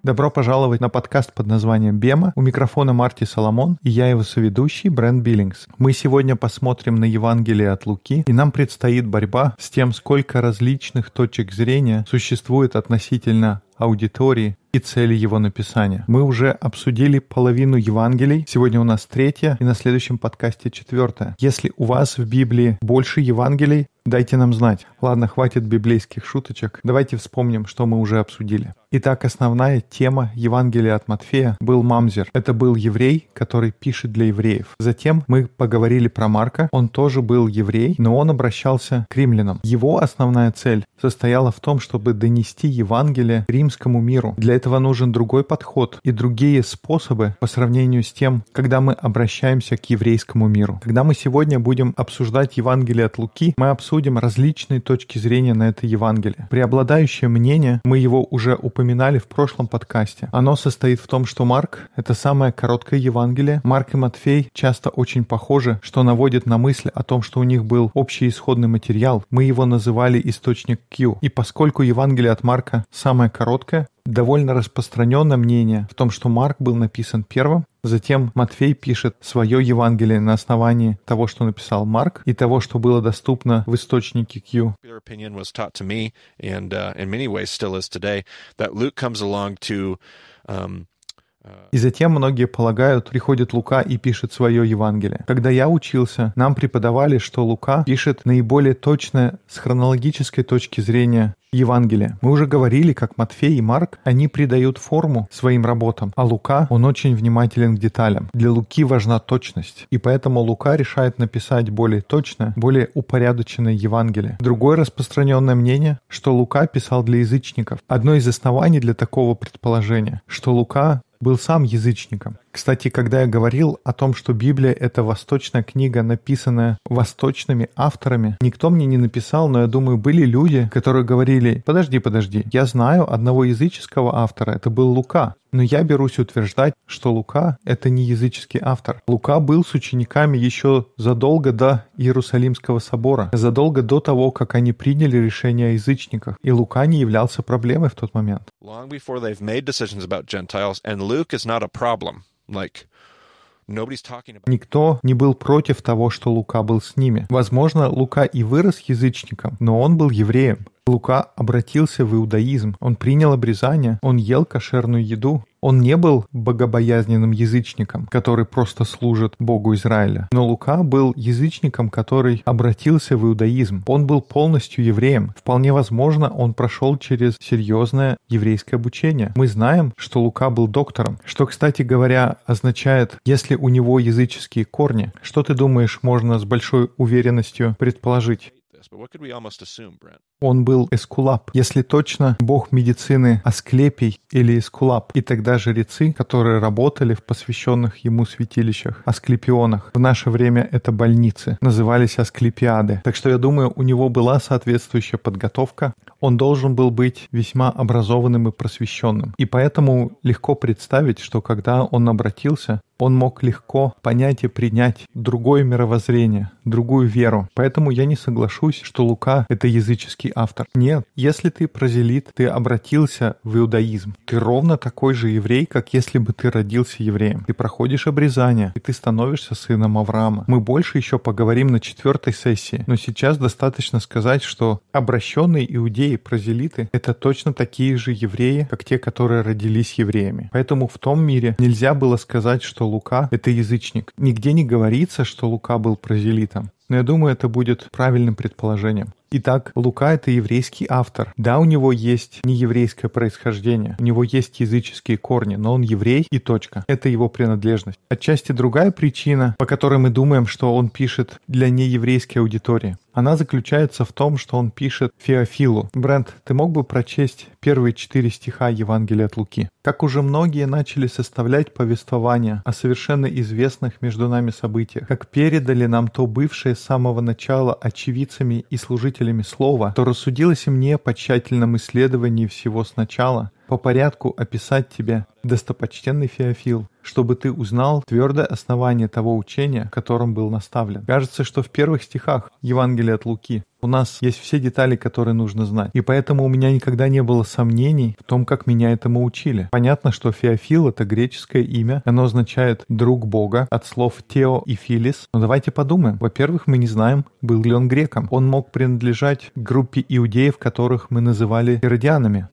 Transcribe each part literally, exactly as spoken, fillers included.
Добро пожаловать на подкаст под названием «Бема». У микрофона Марти Соломон, и я его соведущий Брент Биллингс. Мы сегодня посмотрим на Евангелие от Луки, и нам предстоит борьба с тем, сколько различных точек зрения существует относительно аудитории и цели его написания. Мы уже обсудили половину Евангелий, сегодня у нас третья, и на следующем подкасте четвертая. Если у вас в Библии больше Евангелий, дайте нам знать. Ладно, хватит библейских шуточек. Давайте вспомним, что мы уже обсудили. Итак, основная тема Евангелия от Матфея был мамзер. Это был еврей, который пишет для евреев. Затем мы поговорили про Марка. Он тоже был еврей, но он обращался к римлянам. Его основная цель состояла в том, чтобы донести Евангелие римскому миру. Для этого нужен другой подход и другие способы по сравнению с тем, когда мы обращаемся к еврейскому миру. Когда мы сегодня будем обсуждать Евангелие от Луки, мы обсудим различные точки зрения на это Евангелие. Преобладающее мнение, мы его уже упоминали в прошлом подкасте, оно состоит в том, что Марк — это самое короткое Евангелие. Марк и Матфей часто очень похожи, что наводит на мысль о том, что у них был общий исходный материал. Мы его называли источник Q. И поскольку Евангелие от Марка самое короткое, довольно распространенное мнение в том, что Марк был написан первым, затем Матфей пишет свое Евангелие на основании того, что написал Марк, и того, что было доступно в источнике Q. И затем многие полагают, приходит Лука и пишет свое Евангелие. Когда я учился, нам преподавали, что Лука пишет наиболее точное с хронологической точки зрения Евангелие. Мы уже говорили, как Матфей и Марк, они придают форму своим работам, а Лука, он очень внимателен к деталям. Для Луки важна точность, и поэтому Лука решает написать более точное, более упорядоченное Евангелие. Другое распространенное мнение, что Лука писал для язычников. Одно из оснований для такого предположения, что Лука был сам язычником. Кстати, когда я говорил о том, что Библия — это восточная книга, написанная восточными авторами, никто мне не написал, но я думаю, были люди, которые говорили: «Подожди, подожди, я знаю одного языческого автора, это был Лука». Но я берусь утверждать, что Лука — это не языческий автор. Лука был с учениками еще задолго до Иерусалимского собора, задолго до того, как они приняли решение о язычниках. И Лука не являлся проблемой в тот момент. Никто не был против того, что Лука был с ними. Возможно, Лука и вырос язычником, но он был евреем. Лука обратился в иудаизм, он принял обрезание, он ел кошерную еду. Он не был богобоязненным язычником, который просто служит Богу Израиля. Но Лука был язычником, который обратился в иудаизм. Он был полностью евреем. Вполне возможно, он прошел через серьезное еврейское обучение. Мы знаем, что Лука был доктором, что, кстати говоря, означает, если у него языческие корни. Что ты думаешь, можно с большой уверенностью предположить? Он был эскулап. Если точно, бог медицины Асклепий или Эскулап. И тогда жрецы, которые работали в посвященных ему святилищах, Асклепионах, в наше время это больницы, назывались Асклепиады. Так что я думаю, у него была соответствующая подготовка. Он должен был быть весьма образованным и просвещенным. И поэтому легко представить, что когда он обратился, он мог легко понять и принять другое мировоззрение, другую веру. Поэтому я не соглашусь, что Лука — это языческий автор. Нет, если ты прозелит, ты обратился в иудаизм. Ты ровно такой же еврей, как если бы ты родился евреем. Ты проходишь обрезание, и ты становишься сыном Авраама. Мы больше еще поговорим на четвертой сессии, но сейчас достаточно сказать, что обращенные иудеи, прозелиты — это точно такие же евреи, как те, которые родились евреями. Поэтому в том мире нельзя было сказать, что Лука — это язычник. Нигде не говорится, что Лука был прозелитом. Но я думаю, это будет правильным предположением. Итак, Лука — это еврейский автор. Да, у него есть нееврейское происхождение, у него есть языческие корни, но он еврей и точка. Это его принадлежность. Отчасти другая причина, по которой мы думаем, что он пишет для нееврейской аудитории, она заключается в том, что он пишет Феофилу. Брент, ты мог бы прочесть первые четыре стиха Евангелия от Луки? Как уже многие начали составлять повествования о совершенно известных между нами событиях, как передали нам то бывшее с самого начала очевидцами и служителями слова, то рассудилось и мне по тщательном исследовании всего сначала, по порядку описать тебе, достопочтенный Феофил, чтобы ты узнал твердое основание того учения, которым был наставлен. Кажется, что в первых стихах Евангелия от Луки у нас есть все детали, которые нужно знать. И поэтому у меня никогда не было сомнений в том, как меня этому учили. Понятно, что Феофил — это греческое имя. Оно означает «друг Бога» от слов «тео» и «филис». Но давайте подумаем. Во-первых, мы не знаем, был ли он греком. Он мог принадлежать группе иудеев, которых мы называли иродианами.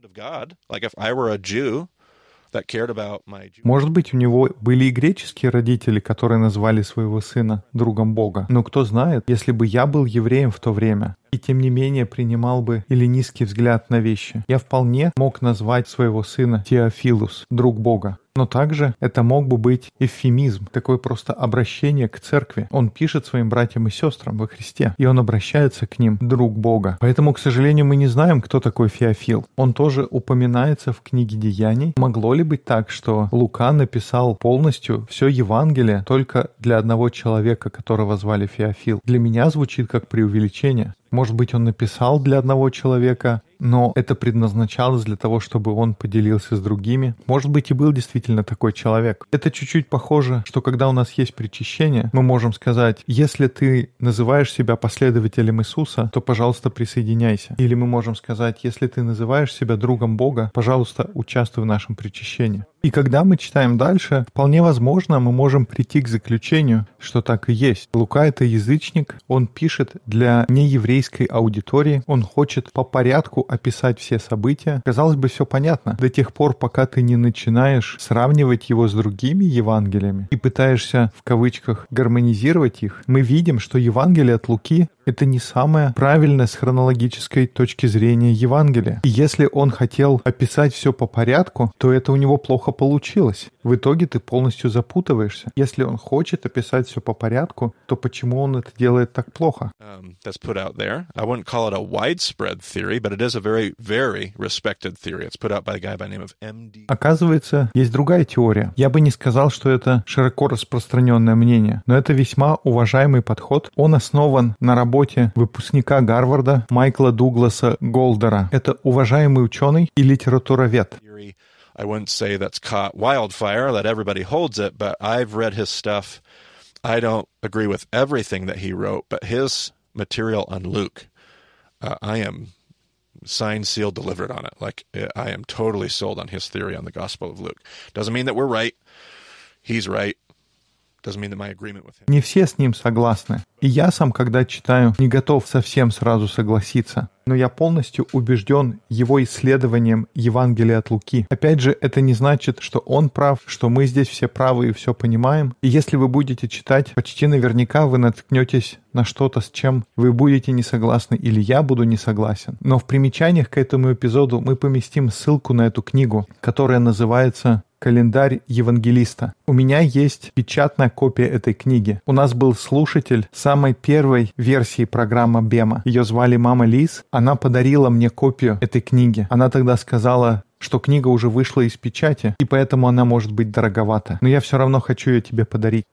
Может быть, у него были и греческие родители, которые назвали своего сына другом Бога. Но кто знает, если бы я был евреем в то время, и тем не менее принимал бы эллинистский взгляд на вещи, я вполне мог назвать своего сына Теофилус, друг Бога. Но также это мог бы быть эвфемизм, такое просто обращение к церкви. Он пишет своим братьям и сестрам во Христе, и он обращается к ним, друг Бога. Поэтому, к сожалению, мы не знаем, кто такой Феофил. Он тоже упоминается в книге Деяний. Могло ли быть так, что Лука написал полностью все Евангелие только для одного человека, которого звали Феофил? Для меня звучит как преувеличение. Может быть, он написал для одного человека, но это предназначалось для того, чтобы он поделился с другими. Может быть, и был действительно такой человек. Это чуть-чуть похоже, что когда у нас есть причащение, мы можем сказать: если ты называешь себя последователем Иисуса, то, пожалуйста, присоединяйся. Или мы можем сказать: если ты называешь себя другом Бога, пожалуйста, участвуй в нашем причащении. И когда мы читаем дальше, вполне возможно, мы можем прийти к заключению, что так и есть. Лука — это язычник, он пишет для нееврейской аудитории, он хочет по порядку описать все события. Казалось бы, все понятно. До тех пор, пока ты не начинаешь сравнивать его с другими Евангелиями и пытаешься, в кавычках, гармонизировать их, мы видим, что Евангелие от Луки — это не самое правильное с хронологической точки зрения Евангелие. И если он хотел описать все по порядку, то это у него плохо получилось. В итоге ты полностью запутываешься. Если он хочет описать все по порядку, то почему он это делает так плохо? Оказывается, есть другая теория. Я бы не сказал, что это широко распространенное мнение, но это весьма уважаемый подход. Он основан на работе выпускника Гарварда Майкла Дугласа Голдера. Это уважаемый ученый и литературовед. I wouldn't say that's caught wildfire, that everybody holds it, but I've read his stuff. I don't agree with everything that he wrote, but his material on Luke, uh, I am signed, sealed, delivered on it. Like, I am totally sold on his theory on the Gospel of Luke. Doesn't mean that we're right. He's right. Doesn't mean that my agreement with him. Не все с ним согласны. И я сам, когда читаю, не готов совсем сразу согласиться. Но я полностью убежден его исследованием Евангелия от Луки. Опять же, это не значит, что он прав, что мы здесь все правы и все понимаем. И если вы будете читать, почти наверняка вы наткнетесь на что-то, с чем вы будете не согласны, или я буду не согласен. Но в примечаниях к этому эпизоду мы поместим ссылку на эту книгу, которая называется «Календарь евангелиста». У меня есть печатная копия этой книги. У нас был слушатель самой первой версии программы Бема. Ее звали Мама Лиз. Она подарила мне копию этой книги. Она тогда сказала, что книга уже вышла из печати, и поэтому она может быть дороговата. Но я все равно хочу ее тебе подарить.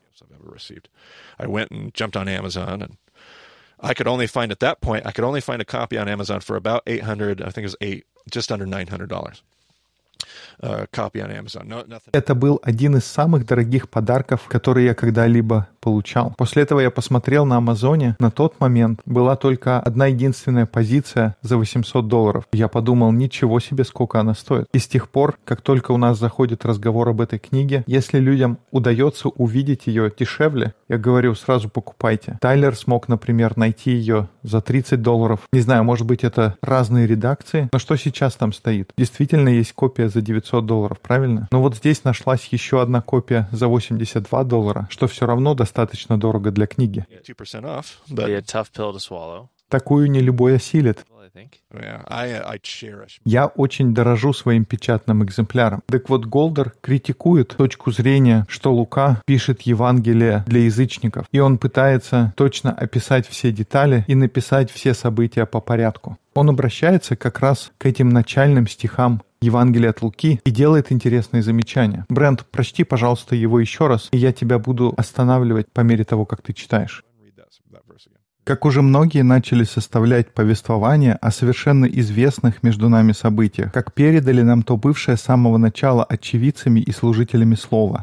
I went and jumped on Amazon, and I could only find at that point, I could only find a copy on Amazon for about eight hundred, I think it was eight, just under nine hundred dollars. Uh, copy on Amazon. No, nothing. Это был один из самых дорогих подарков, которые я когда-либо получал. После этого я посмотрел на Амазоне. На тот момент была только одна единственная позиция за восемьсот долларов. Я подумал, ничего себе, сколько она стоит. И с тех пор, как только у нас заходит разговор об этой книге, если людям удается увидеть ее дешевле, я говорю, сразу покупайте. Тайлер смог, например, найти ее за тридцать долларов. Не знаю, может быть, это разные редакции, но что сейчас там стоит? Действительно есть копия за девятьсот долларов, правильно? Но вот здесь нашлась еще одна копия за восемьдесят два доллара, что все равно достаточно дорого для книги. Такую не любой осилит. Я очень дорожу своим печатным экземпляром. Так вот, Голдер критикует точку зрения, что Лука пишет Евангелие для язычников, и он пытается точно описать все детали и написать все события по порядку. Он обращается как раз к этим начальным стихам Евангелия от Луки и делает интересные замечания. Брент, прочти, пожалуйста, его еще раз, и я тебя буду останавливать по мере того, как ты читаешь. Как уже многие начали составлять повествование о совершенно известных между нами событиях, как передали нам то бывшее с самого начала очевидцами и служителями слова.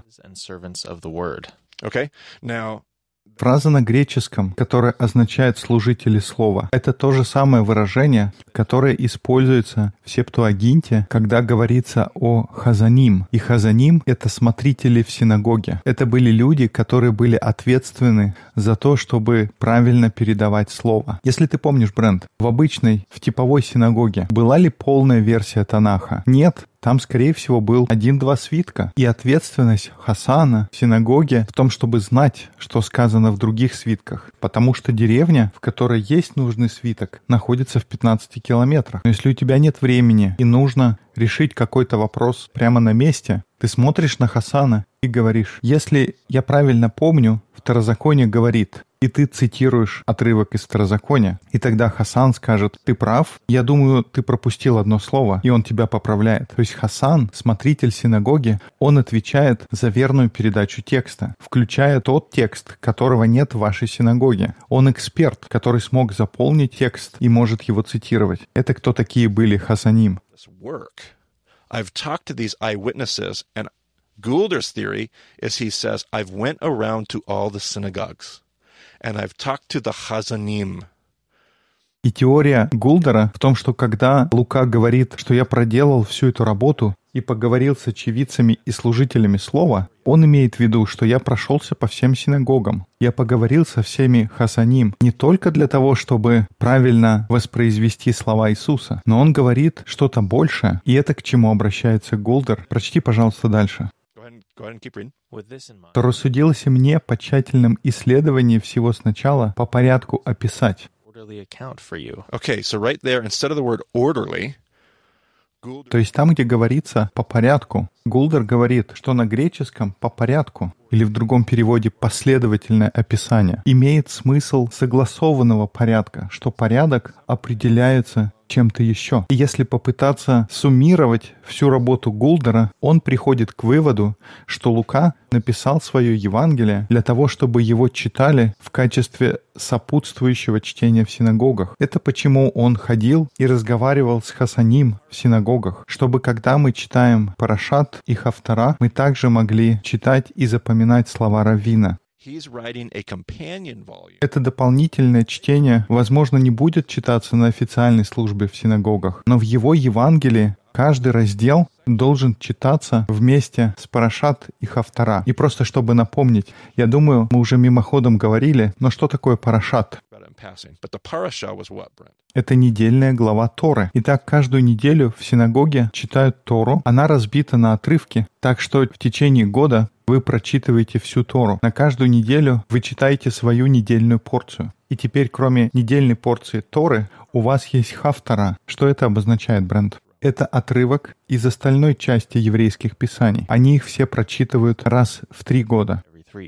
Okay, now... Фраза на греческом, которая означает «служители слова», это то же самое выражение, которое используется в Септуагинте, когда говорится о хазаним. И хазаним — это смотрители в синагоге. Это были люди, которые были ответственны за то, чтобы правильно передавать слово. Если ты помнишь, Брент, в обычной, в типовой синагоге была ли полная версия Танаха? Нет. Там, скорее всего, был один-два свитка. И ответственность Хасана в синагоге в том, чтобы знать, что сказано в других свитках. Потому что деревня, в которой есть нужный свиток, находится в пятнадцати километрах. Но если у тебя нет времени и нужно решить какой-то вопрос прямо на месте, ты смотришь на Хасана и говоришь: если я правильно помню, Второзаконие говорит, и ты цитируешь отрывок из Второзакония, и тогда Хасан скажет: ты прав, я думаю, ты пропустил одно слово, и он тебя поправляет. То есть Хасан, смотритель синагоги, он отвечает за верную передачу текста, включая тот текст, которого нет в вашей синагоге. Он эксперт, который смог заполнить текст и может его цитировать. Это кто такие были Хасаним? I've talked to these eyewitnesses, and Goulder's theory is he says, I've went around to all the synagogues, and I've talked to the Chazanim. И теория Гулдера в том, что когда Лука говорит, что я проделал всю эту работу и поговорил с очевидцами и служителями слова, он имеет в виду, что я прошелся по всем синагогам. Я поговорил со всеми хасаним не только для того, чтобы правильно воспроизвести слова Иисуса, но он говорит что-то большее, и это к чему обращается Гулдер. Прочти, пожалуйста, дальше. «То рассудилось и мне по тщательном исследовании всего сначала по порядку описать». Okay, so right there, instead of the word orderly, то есть там, где говорится «по порядку», Гулдер говорит, что на греческом «по порядку» или в другом переводе «последовательное описание» имеет смысл согласованного порядка, что порядок определяется чем-то еще. И если попытаться суммировать всю работу Гулдера, он приходит к выводу, что Лука написал свое Евангелие для того, чтобы его читали в качестве сопутствующего чтения в синагогах. Это почему он ходил и разговаривал с Хасаним в синагогах, чтобы когда мы читаем Парашат и Хафтара, мы также могли читать и запоминать слова раввина. Это дополнительное чтение, возможно, не будет читаться на официальной службе в синагогах, но в его Евангелии каждый раздел должен читаться вместе с Парашат и Хафтара. И просто чтобы напомнить, я думаю, мы уже мимоходом говорили, но что такое Парашат? Это недельная глава Торы. Итак, каждую неделю в синагоге читают Тору. Она разбита на отрывки, так что в течение года вы прочитываете всю Тору. На каждую неделю вы читаете свою недельную порцию. И теперь, кроме недельной порции Торы, у вас есть Хафтара. Что это обозначает, Брент? Это отрывок из остальной части еврейских писаний. Они их все прочитывают раз в три года.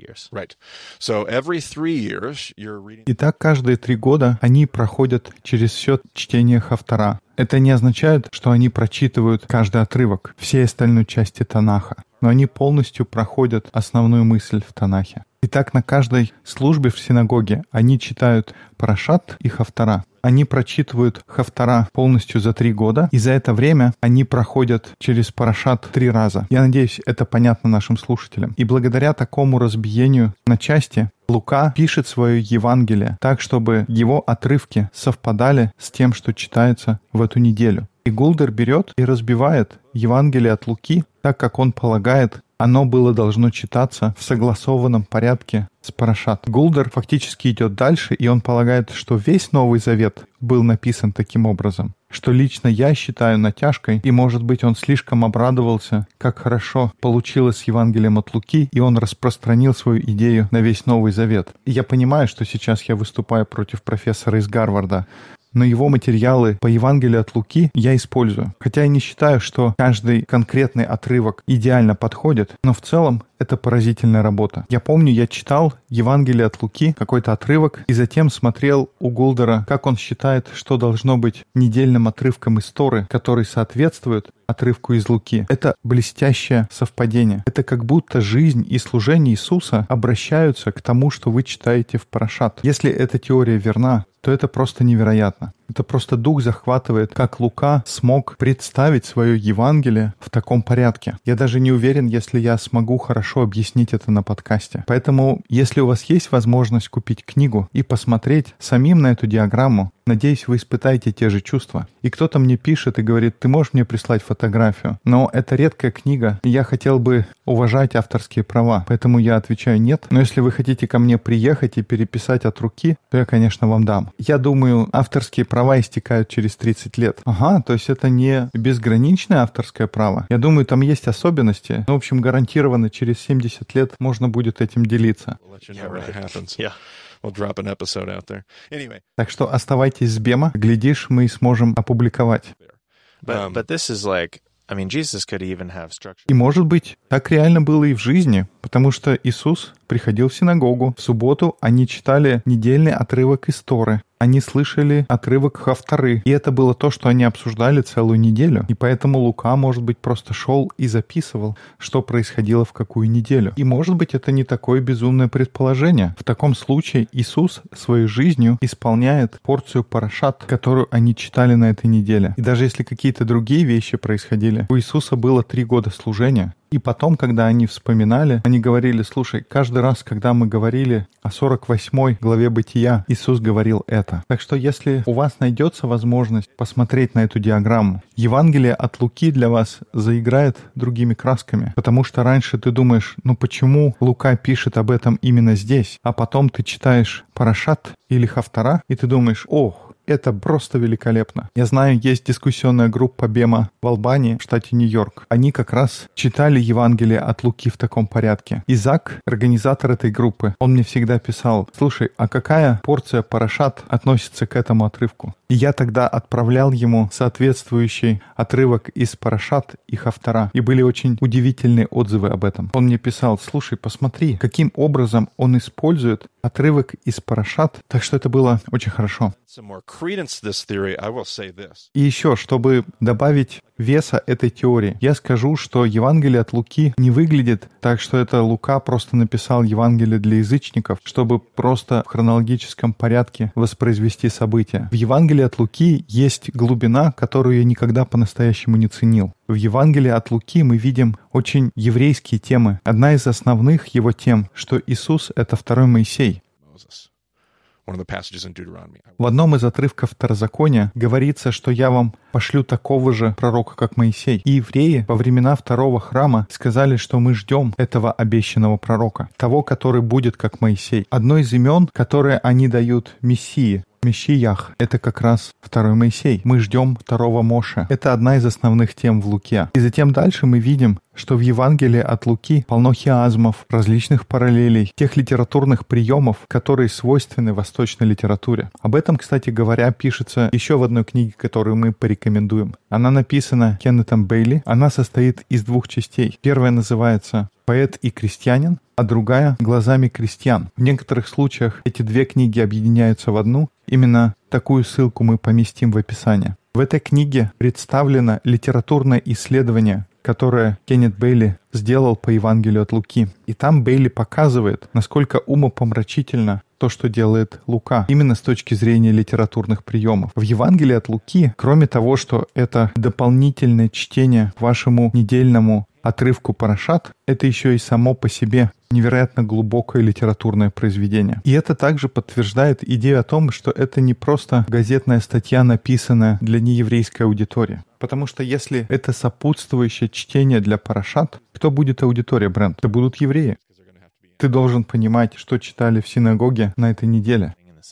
Итак, каждые три года они проходят через все чтение Хафтара. Это не означает, что они прочитывают каждый отрывок всей остальной части Танаха, но они полностью проходят основную мысль в Танахе. Итак, на каждой службе в синагоге они читают Парашат и Хафтара. Они прочитывают Хафтара полностью за три года, и за это время они проходят через Парашат три раза. Я надеюсь, это понятно нашим слушателям. И благодаря такому разбиению на части Лука пишет свое Евангелие так, чтобы его отрывки совпадали с тем, что читается в эту неделю. И Гулдер берет и разбивает Евангелие от Луки так, как он полагает, оно было должно читаться в согласованном порядке с Парашат. Гулдер фактически идет дальше, и он полагает, что весь Новый Завет был написан таким образом, что лично я считаю натяжкой, и, может быть, он слишком обрадовался, как хорошо получилось с Евангелием от Луки, и он распространил свою идею на весь Новый Завет. И я понимаю, что сейчас я выступаю против профессора из Гарварда, но его материалы по Евангелию от Луки я использую. Хотя я не считаю, что каждый конкретный отрывок идеально подходит, но в целом это поразительная работа. Я помню, я читал Евангелие от Луки, какой-то отрывок, и затем смотрел у Гулдера, как он считает, что должно быть недельным отрывком из Торы, который соответствует отрывку из Луки. Это блестящее совпадение. Это как будто жизнь и служение Иисуса обращаются к тому, что вы читаете в Парашат. Если эта теория верна, то это просто невероятно. Это просто дух захватывает, как Лука смог представить свое Евангелие в таком порядке. Я даже не уверен, если я смогу хорошо объяснить это на подкасте. Поэтому, если у вас есть возможность купить книгу и посмотреть самим на эту диаграмму, надеюсь, вы испытаете те же чувства. И кто-то мне пишет и говорит: ты можешь мне прислать фотографию? Но это редкая книга, и я хотел бы уважать авторские права. Поэтому я отвечаю нет. Но если вы хотите ко мне приехать и переписать от руки, то я, конечно, вам дам. Я думаю, авторские права истекают через тридцать лет. Ага, то есть это не безграничное авторское право. Я думаю, там есть особенности. Но, в общем, гарантированно через семьдесят лет можно будет этим делиться. We'll drop an episode out there. Anyway. Так что оставайтесь с Бема, глядишь, мы сможем опубликовать. But, but this is like, I mean, Jesus could even have structure. И может быть, так реально было и в жизни, потому что Иисус приходил в синагогу. В субботу они читали недельный отрывок из Торы. Они слышали отрывок Хафтары. И это было то, что они обсуждали целую неделю. И поэтому Лука, может быть, просто шел и записывал, что происходило в какую неделю. И, может быть, это не такое безумное предположение. В таком случае Иисус своей жизнью исполняет порцию парашат, которую они читали на этой неделе. И даже если какие-то другие вещи происходили, у Иисуса было три года служения. И потом, когда они вспоминали, они говорили: слушай, каждый раз, когда мы говорили о сорок восьмой главе Бытия, Иисус говорил это. Так что если у вас найдется возможность посмотреть на эту диаграмму, Евангелие от Луки для вас заиграет другими красками. Потому что раньше ты думаешь: ну почему Лука пишет об этом именно здесь? А потом ты читаешь Парашат или Хафтара, и ты думаешь: ох, это просто великолепно. Я знаю, есть дискуссионная группа Бема в Албании, в штате Нью-Йорк. Они как раз читали Евангелие от Луки в таком порядке. Изак, организатор этой группы, он мне всегда писал: слушай, а какая порция парашат относится к этому отрывку? И я тогда отправлял ему соответствующий отрывок из Парашат и Хафтара. И были очень удивительные отзывы об этом. Он мне писал: слушай, посмотри, каким образом он использует отрывок из Парашат. Так что это было очень хорошо. И еще, чтобы добавить веса этой теории, я скажу, что Евангелие от Луки не выглядит так, что это Лука просто написал Евангелие для язычников, чтобы просто в хронологическом порядке воспроизвести события. В Евангелии от Луки есть глубина, которую я никогда по-настоящему не ценил. В Евангелии от Луки мы видим очень еврейские темы. Одна из основных его тем, что Иисус — это второй Моисей. В одном из отрывков Второзакония говорится, что я вам пошлю такого же пророка, как Моисей. И евреи во времена второго храма сказали, что мы ждем этого обещанного пророка, того, который будет как Моисей. Одно из имен, которое они дают Мессии, Мешиях, это как раз второй Моисей. Мы ждем второго Моше. Это одна из основных тем в Луке. И затем дальше мы видим, что в Евангелии от Луки полно хиазмов, различных параллелей, тех литературных приемов, которые свойственны восточной литературе. Об этом, кстати говоря, пишется еще в одной книге, которую мы порекомендуем. Она написана Кеннетом Бейли. Она состоит из двух частей. Первая называется «Поэт и крестьянин», а другая «Глазами крестьян». В некоторых случаях эти две книги объединяются в одну. Именно такую ссылку мы поместим в описании. В этой книге представлено литературное исследование, которое Кеннет Бейли сделал по Евангелию от Луки. И там Бейли показывает, насколько умопомрачительно то, что делает Лука, именно с точки зрения литературных приемов. В Евангелии от Луки, кроме того, что это дополнительное чтение к вашему недельному отрывку Парашат, это еще и само по себе невероятно глубокое литературное произведение. И это также подтверждает идею о том, что это не просто газетная статья, написанная для нееврейской аудитории. Потому что если это сопутствующее чтение для Парашат, кто будет аудитория, Брент? Это будут евреи. Ты должен понимать, что читали в синагоге на этой неделе.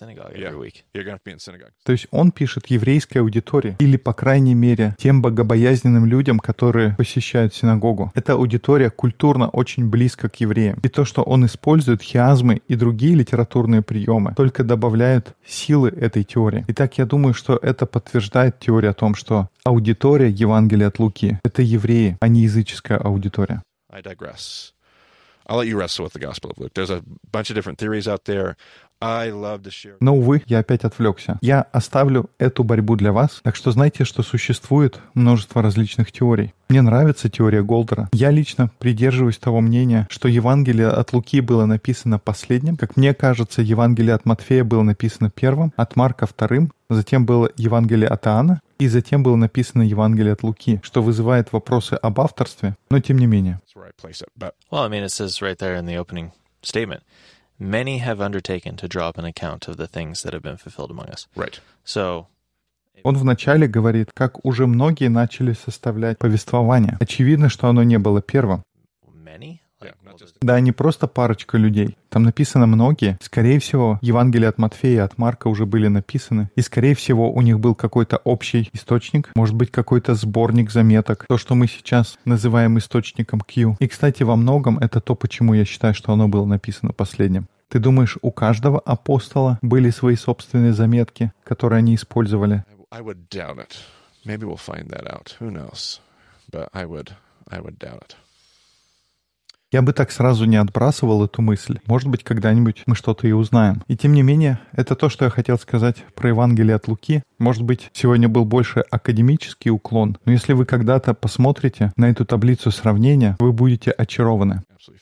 То есть он пишет еврейской аудитории, или, по крайней мере, тем богобоязненным людям, которые посещают синагогу. Эта аудитория культурно очень близко к евреям. И то, что он использует хиазмы и другие литературные приемы, только добавляют силы этой теории. Итак, я думаю, что это подтверждает теорию о том, что аудитория Евангелия от Луки — это евреи, а не языческая аудитория. I'll let you wrestle with the Gospel of Luke. There's a bunch of different theories out there. I love to share. Но, увы, я опять отвлекся. Я оставлю эту борьбу для вас, так что знайте, что существует множество различных теорий. Мне нравится теория Голдера. Я лично придерживаюсь того мнения, что Евангелие от Луки было написано последним. Как мне кажется, Евангелие от Матфея было написано первым, от Марка вторым, затем было Евангелие от Иоанна, и затем было написано Евангелие от Луки, что вызывает вопросы об авторстве, но тем не менее. Well, I mean, it says right there in the opening statement, many have undertaken to draw up an account of the things that have been fulfilled among us. Right. So... Он вначале говорит, как уже многие начали составлять повествование. Очевидно, что оно не было первым. Many? Like, да, не просто парочка людей. Там написано многие. Скорее всего, Евангелие от Матфея и от Марка уже были написаны. И, скорее всего, у них был какой-то общий источник. Может быть, какой-то сборник заметок. То, что мы сейчас называем источником Q. И, кстати, во многом это то, почему я считаю, что оно было написано последним. Ты думаешь, у каждого апостола были свои собственные заметки, которые они использовали? I would doubt it. Maybe we'll find that out. Who knows? But I would, I would doubt it. Я бы так сразу не отбрасывал эту мысль. Может быть, когда-нибудь мы что-то и узнаем. И тем не менее, это то, что я хотел сказать про Евангелие от Луки. Может быть, сегодня был больше академический уклон, но если вы когда-то посмотрите на эту таблицу сравнения, вы будете очарованы.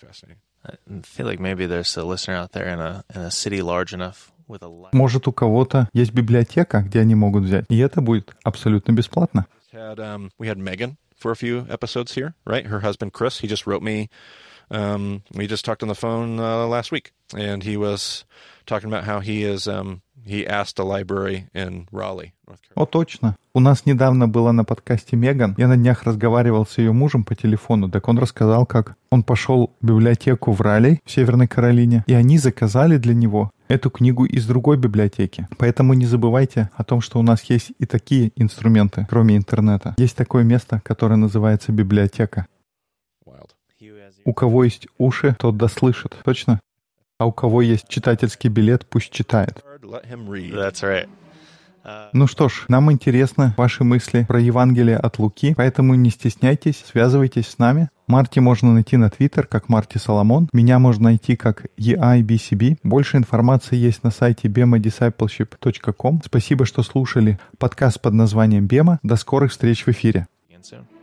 Может, у кого-то есть библиотека, где они могут взять, и это будет абсолютно бесплатно. Had, um, we had Megan for a few episodes here, right? Her husband Chris, he just wrote me. Um, we just talked on the phone uh, last week, and he was talking about how he is. Um, he asked a library in Raleigh, North Carolina. О, точно. У нас недавно была на подкасте Меган. Я на днях разговаривал с ее мужем по телефону. Так он рассказал, как он пошел в библиотеку в Ралли, в Северной Каролине, и они заказали для него эту книгу из другой библиотеки. Поэтому не забывайте о том, что у нас есть и такие инструменты, кроме интернета. Есть такое место, которое называется библиотека. Wild. У кого есть уши, тот да слышит. Точно? А у кого есть читательский билет, пусть читает. Let him read. That's right. Ну что ж, нам интересны ваши мысли про Евангелие от Луки, поэтому не стесняйтесь, связывайтесь с нами. Марти можно найти на Твиттер как Марти Соломон. Меня можно найти как и ай би си би. Больше информации есть на сайте бема дисайплшип точка ком. Спасибо, что слушали подкаст под названием «Бема». До скорых встреч в эфире. Again soon.